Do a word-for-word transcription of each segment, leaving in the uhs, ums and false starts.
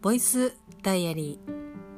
ボイスダイアリー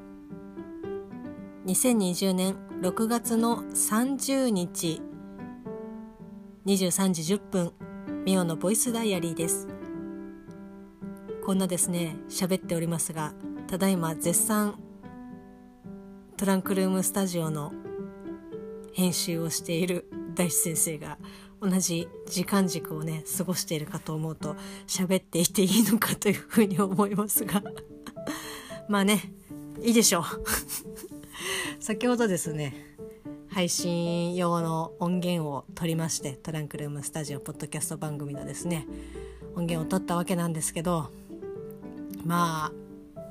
にせんにじゅうねんろくがつのさんじゅうにちにじゅうさんじじゅっぷん、ミオのボイスダイアリーです。こんなですね喋っておりますが、ただいま絶賛トランクルームスタジオの編集をしている大志先生が同じ時間軸をね過ごしているかと思うと、喋っていていいのかというふうに思いますがまあね、いいでしょう先ほどですね配信用の音源を取りまして、トランクルームスタジオポッドキャスト番組のですね音源を取ったわけなんですけど、まあ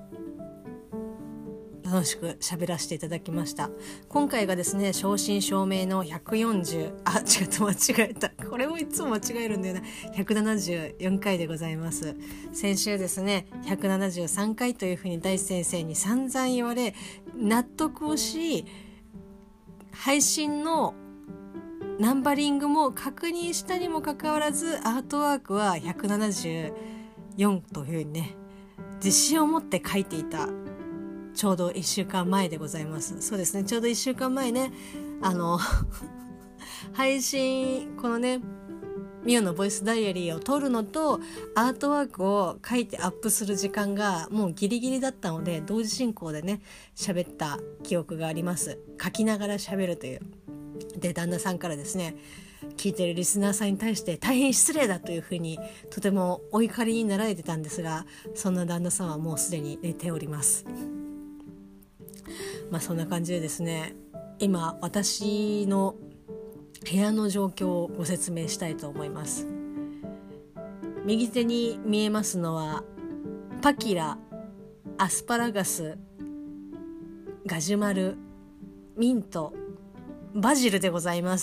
楽しく喋らせていただきました。今回がですね正真正銘のひゃくよんじゅうあ違った間違えたこれもいつも間違えるんだよなひゃくななじゅうよんかいでございます。先週ですねひゃくななじゅうさんかいというふうに大志先生に散々言われ納得をし、配信のナンバリングも確認したにもかかわらずアートワークはひゃくななじゅうよんというふうにね自信を持って書いていたちょうどいっしゅうかんまえでございます。そうですね、ちょうどいっしゅうかんまえね、あの配信このねミオのボイスダイアリーを撮るのとアートワークを書いてアップする時間がもうギリギリだったので、同時進行でね喋った記憶があります。書きながら喋るという。で旦那さんからですね、聞いてるリスナーさんに対して大変失礼だというふうにとてもお怒りになられてたんですが、そんな旦那さんはもうすでに寝ております。まあそんな感じでですね、今私の部屋の状況をご説明したいと思います。右手に見えますのはパキラ、アスパラガス、ガジュマル、ミント、バジルでございます。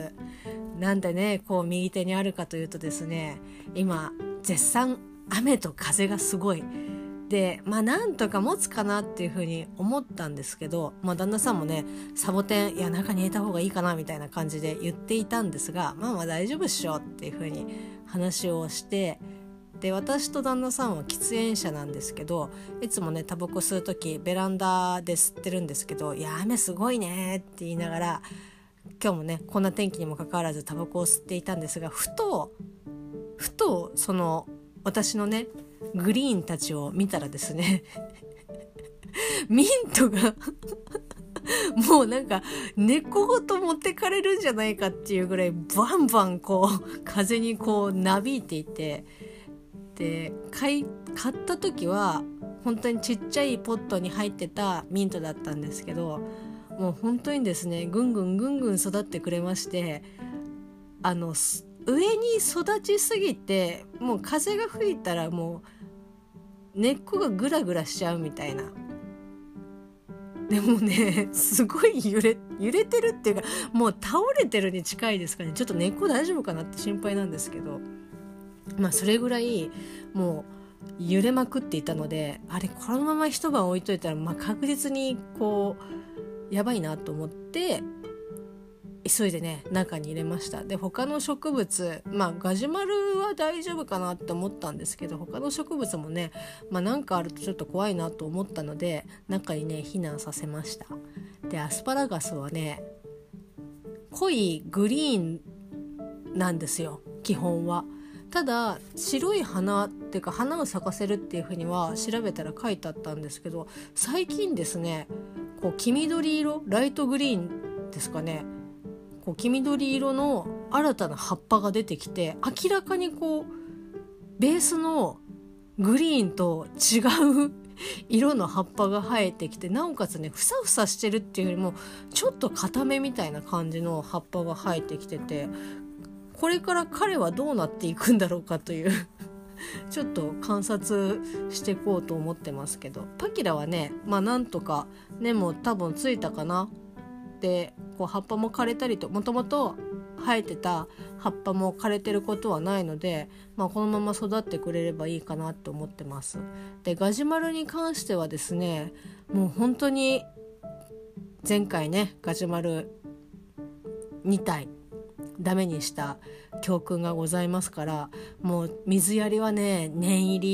なんでねこう右手にあるかというとですね、今絶賛雨と風がすごいで、まあなんとか持つかなっていうふうに思ったんですけど、まあ旦那さんもねサボテンいや中に入れた方がいいかなみたいな感じで言っていたんですが、まあまあ大丈夫っしょっていうふうに話をして、で私と旦那さんは喫煙者なんですけど、いつもねタバコ吸う時ベランダで吸ってるんですけど、いや雨すごいねって言いながら今日もねこんな天気にもかかわらずタバコを吸っていたんですが、ふとふとその私のねグリーンたちを見たらですねミントがもうなんか根っこごと持ってかれるんじゃないかっていうぐらいバンバンこう風にこうなびいていて、で買い買った時は本当にちっちゃいポットに入ってたミントだったんですけど、もう本当にですねぐんぐんぐんぐん育ってくれまして、あの上に育ちすぎてもう風が吹いたらもう根っこがグラグラしちゃうみたいな。でもねすごい揺れ揺れてるっていうかもう倒れてるに近いですかね。ちょっと根っこ大丈夫かなって心配なんですけど、まあそれぐらいもう揺れまくっていたので、あれこのまま一晩置いといたらまあ確実にこうやばいなと思って急いでね中に入れました。で他の植物、まあガジュマルは大丈夫かなって思ったんですけど、他の植物もねまあなんかあるとちょっと怖いなと思ったので中にね避難させました。でアスパラガスはね濃いグリーンなんですよ基本は。ただ白い花っていうか花を咲かせるっていうふうには調べたら書いてあったんですけど、最近ですねこう黄緑色ライトグリーンですかね、こう黄緑色の新たな葉っぱが出てきて、明らかにこうベースのグリーンと違う色の葉っぱが生えてきて、なおかつねふさふさしてるっていうよりもちょっと固めみたいな感じの葉っぱが生えてきてて、これから彼はどうなっていくんだろうかというちょっと観察していこうと思ってますけど、パキラはねまあなんとか根も多分ついたかな。でこう葉っぱも枯れたりと、もともと生えてた葉っぱも枯れてることはないので、まあ、このまま育ってくれればいいかなと思ってます。でガジュマルに関してはですね、もう本当に前回ねガジュマルにたいダメにした教訓がございますから、もう水やりはね念入り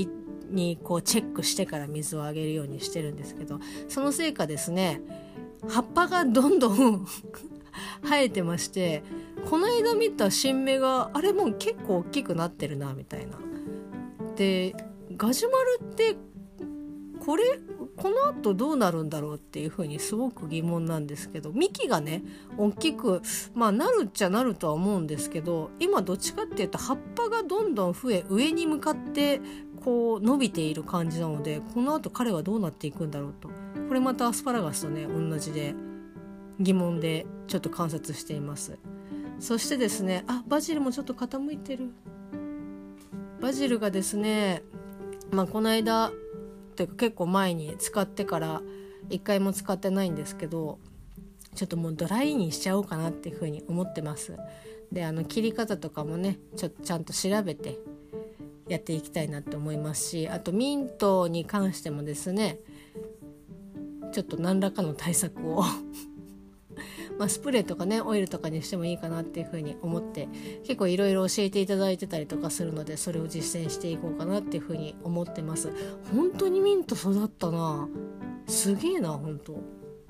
にこうチェックしてから水をあげるようにしてるんですけど、そのせいかですね、葉っぱがどんどん生えてまして、この間見た新芽があれもう結構大きくなってるなみたいな。でガジュマルってこれこの後どうなるんだろうっていうふうにすごく疑問なんですけど、幹がね大きく、まあ、なるっちゃなるとは思うんですけど、今どっちかっていうと葉っぱがどんどん増え上に向かってこう伸びている感じなので、この後彼はどうなっていくんだろうと、これまたアスパラガスとね同じで疑問でちょっと観察しています。そしてですね、あバジルもちょっと傾いてる。バジルがですね、まあ、この間というか結構前に使ってから一回も使ってないんですけど、ちょっともうドライにしちゃおうかなっていうふうに思ってます。であの切り方とかもねちょっとちゃんと調べてやっていきたいなって思いますし、あとミントに関してもですね、ちょっと何らかの対策をまあスプレーとかねオイルとかにしてもいいかなっていうふうに思って、結構いろいろ教えていただいてたりとかするので、それを実践していこうかなっていうふうに思ってます。本当にミント育ったな、すげえな本当。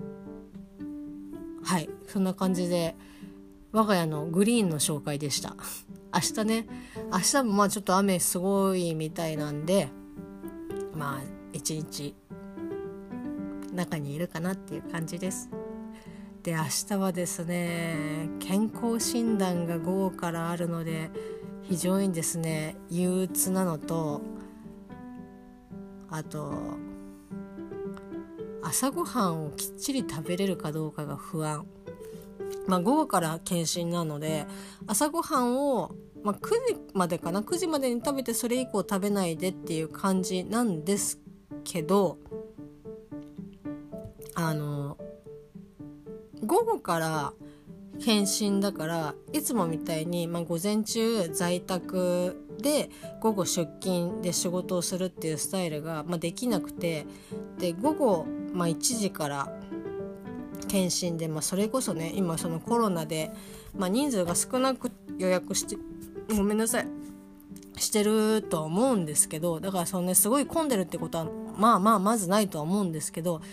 はい、そんな感じで我が家のグリーンの紹介でした。明日ね明日もまあちょっと雨すごいみたいなんで、まあ一日中にいるかなっていう感じです。で明日はですね健康診断が午後からあるので、非常にですね憂鬱なのと、あと朝ごはんをきっちり食べれるかどうかが不安。まあ午後から検診なので、朝ごはんを、まあ、くじまでかなくじまでに食べてそれ以降食べないでっていう感じなんですけど、あの午後から検診だから、いつもみたいに、まあ、午前中在宅で午後出勤で仕事をするっていうスタイルが、まあ、できなくて、で午後、まあ、いちじから検診で、まあ、それこそね今そのコロナで、まあ、人数が少なく予約してごめんなさいしてるとは思うんですけど、だからそのねすごい混んでるってことはまあまあまずないとは思うんですけど、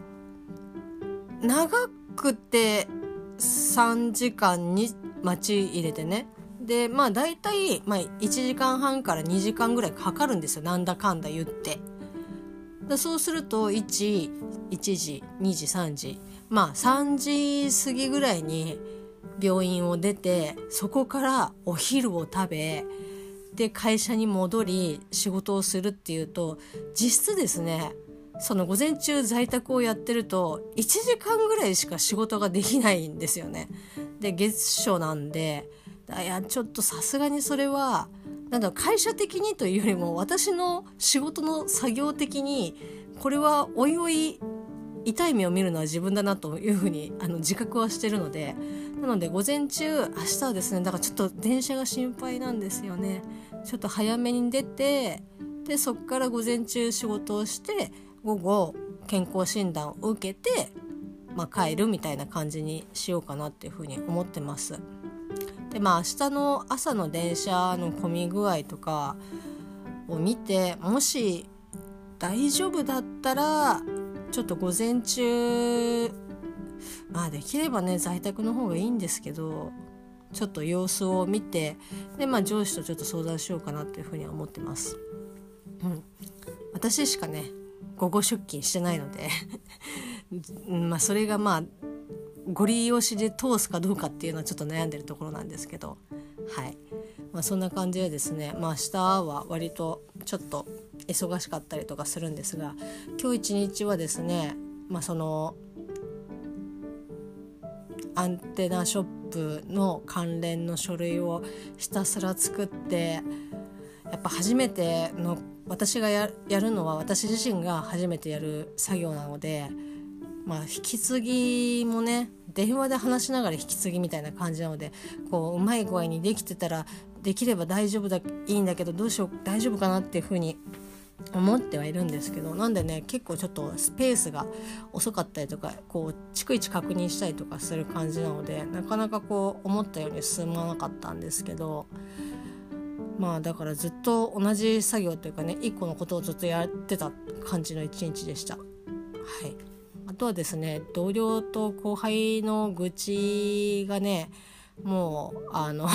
長くてさんじかんに待ち入れてね、でまあ大体、まあ、いちじかんはんからにじかんぐらいかかるんですよ、なんだかんだ言って。でそうするといち、いちじ、にじ、さんじ、まあさんじ過ぎぐらいに病院を出て、そこからお昼を食べで会社に戻り仕事をするっていうと、実質ですねその午前中在宅をやってるといちじかんぐらいしか仕事ができないんですよね。で月初なんで、いやちょっとさすがにそれはなんだろう、会社的にというよりも私の仕事の作業的にこれはおいおい痛い目を見るのは自分だなというふうにあの自覚はしてるので、なので午前中明日はですね、だからちょっと電車が心配なんですよね。ちょっと早めに出て、でそっから午前中仕事をして午後健康診断を受けて、まあ、帰るみたいな感じにしようかなっていうふうに思ってます。でまあ明日の朝の電車の混み具合とかを見て、もし大丈夫だったらちょっと午前中、まあできればね在宅の方がいいんですけど、ちょっと様子を見て、でまあ上司とちょっと相談しようかなっていうふうには思ってます。うん、私しかね午後出勤してないのでまあそれがまあご利用しで通すかどうかっていうのはちょっと悩んでるところなんですけど、はい、まあ、そんな感じでですね、まあ明日は割とちょっと忙しかったりとかするんですが、今日一日はですね、まあそのアンテナショップの関連の書類をひたすら作って、やっぱ初めての私が や, やるのは私自身が初めてやる作業なので、まあ、引き継ぎもね電話で話しながら引き継ぎみたいな感じなので、こううまい具合にできてたらできれば大丈夫だいいんだけど、どうしよう大丈夫かなっていうふうに思ってはいるんですけど、なんでね結構ちょっとスペースが遅かったりとか、こう逐一確認したりとかする感じなので、なかなかこう思ったように進まなかったんですけど、 まあだからずっと同じ作業というかね、一個のことをずっとやってた感じの一日でした。はい。あとはですね、同僚と後輩の愚痴がね、もうあの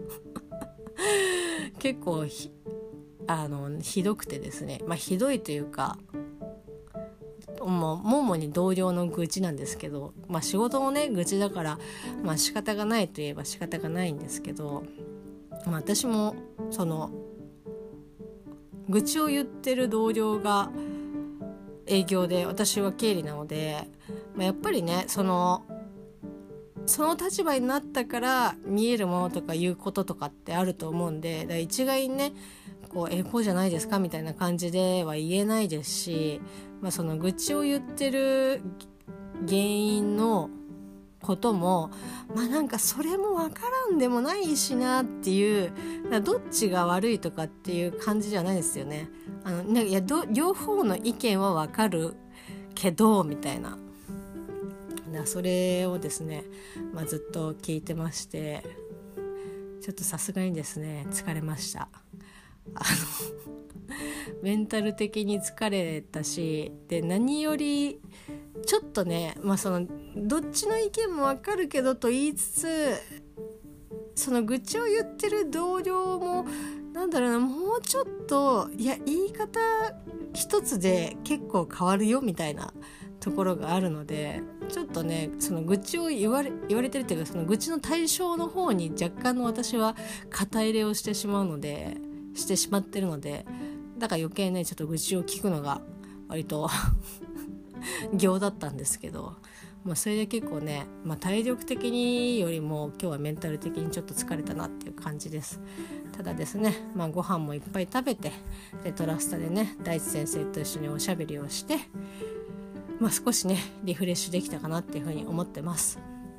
結構ひあのひどくてですね、まあひどいというか、もう主に同僚の愚痴なんですけど、まあ仕事のね愚痴だから、まあ仕方がないといえば仕方がないんですけど、まあ、私もその愚痴を言ってる同僚が営業で、私は経理なので、まあ、やっぱりねそのその立場になったから見えるものとか言うこととかってあると思うんで、だから一概にねこうえこうじゃないですかみたいな感じでは言えないですし、まあ、その愚痴を言ってる原因のこともまあなんかそれも分からんでもないしなっていう、どっちが悪いとかっていう感じじゃないですよね。あのねいやど両方の意見は分かるけどみたいな、だそれをですね、まあ、ずっと聞いてまして、ちょっとさすがにですね疲れました。あのメンタル的に疲れたし、で何よりちょっとね、まあそのどっちの意見もわかるけどと言いつつ、その愚痴を言ってる同僚もなんだろうな、もうちょっといや言い方一つで結構変わるよみたいなところがあるので、ちょっとねその愚痴を言われ言われてるというか、その愚痴の対象の方に若干の私は肩入れをしてしまうのでしてしまってるので、だから余計ねちょっと愚痴を聞くのが割と行だったんですけど、まあ、それで結構ね、まあ、体力的によりも今日はメンタル的にちょっと疲れたなっていう感じです。ただですね、まあ、ご飯もいっぱい食べて、でトラスタでね大地先生と一緒におしゃべりをして、まあ、少しねリフレッシュできたかなっていうふうに思ってます。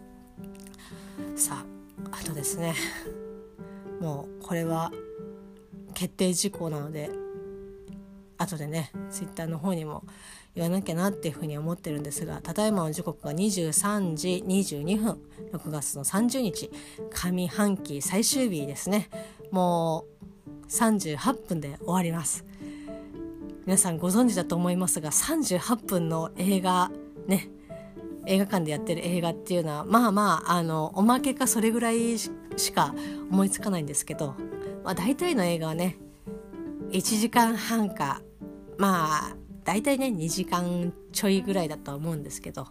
さああとですね、もうこれは決定事項なので後でねツイッターの方にも言わなきゃなっていうふうに思ってるんですが、ただいまの時刻がにじゅうさんじにじゅうにふん、ろくがつのさんじゅうにち上半期最終日ですね。もうさんじゅうはっぷんで終わります。皆さんご存知だと思いますが、さんじゅうはっぷんの映画ね、映画館でやってる映画っていうのはまあまああのおまけかそれぐらいしか思いつかないんですけど、まあ、大体の映画はねいちじかんはんか、まあ大体ねにじかんちょいぐらいだとは思うんですけど、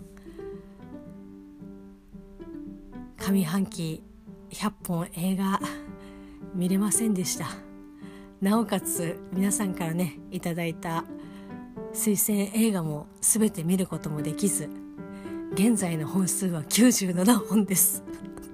上半期ひゃっぽん映画見れませんでした。なおかつ皆さんからねいただいた推薦映画も全て見ることもできず、現在の本数はきゅうじゅうななほんです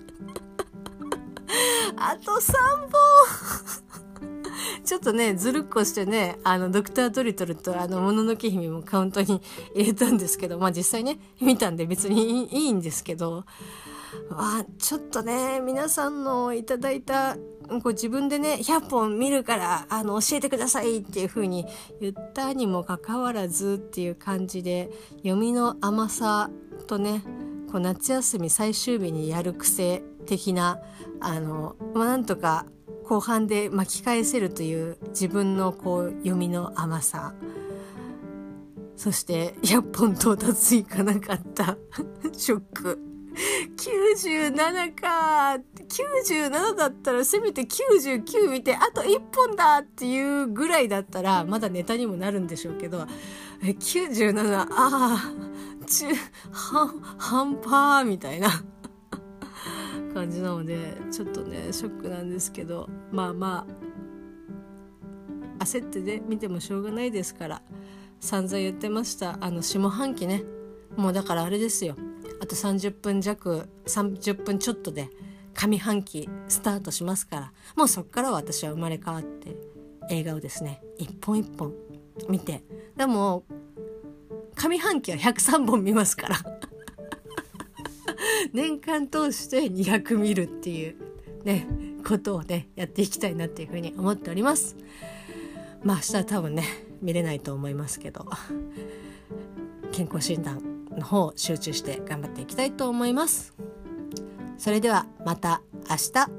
あとさんぼんちょっとねずるっこしてね、あのドクタードリトルとあのもののけ姫もカウントに入れたんですけど、まあ実際ね見たんで別にいい、いいんですけど、あちょっとね皆さんのいただいたこう自分でねひゃっぽん見るからあの教えてくださいっていう風に言ったにもかかわらずっていう感じで、読みの甘さとねこう夏休み最終日にやる癖的なあの、まあ、なんとか後半で巻き返せるという自分のこう読みの甘さ、そしてひゃっぽん到達いかなかったショック。きゅうじゅうななかきゅうじゅうななだったらせめてきゅうじゅうきゅう見てあといっぽんだっていうぐらいだったらまだネタにもなるんでしょうけど、えきゅうじゅうななああ中半半端みたいな感じなのでちょっとねショックなんですけど、まあまあ焦ってね見てもしょうがないですから、散々言ってましたあの下半期ね、もうだからあれですよ、あとさんじゅっぷん弱さんじゅっぷんちょっとで上半期スタートしますから、もうそっからは私は生まれ変わって映画をですね一本一本見て、でも上半期はひゃくさんぼん見ますから年間通してにひゃく見るっていうねことをねやっていきたいなっていうふうに思っております。まあ明日は多分ね見れないと思いますけど、健康診断の方集中して頑張っていきたいと思います。それではまた明日。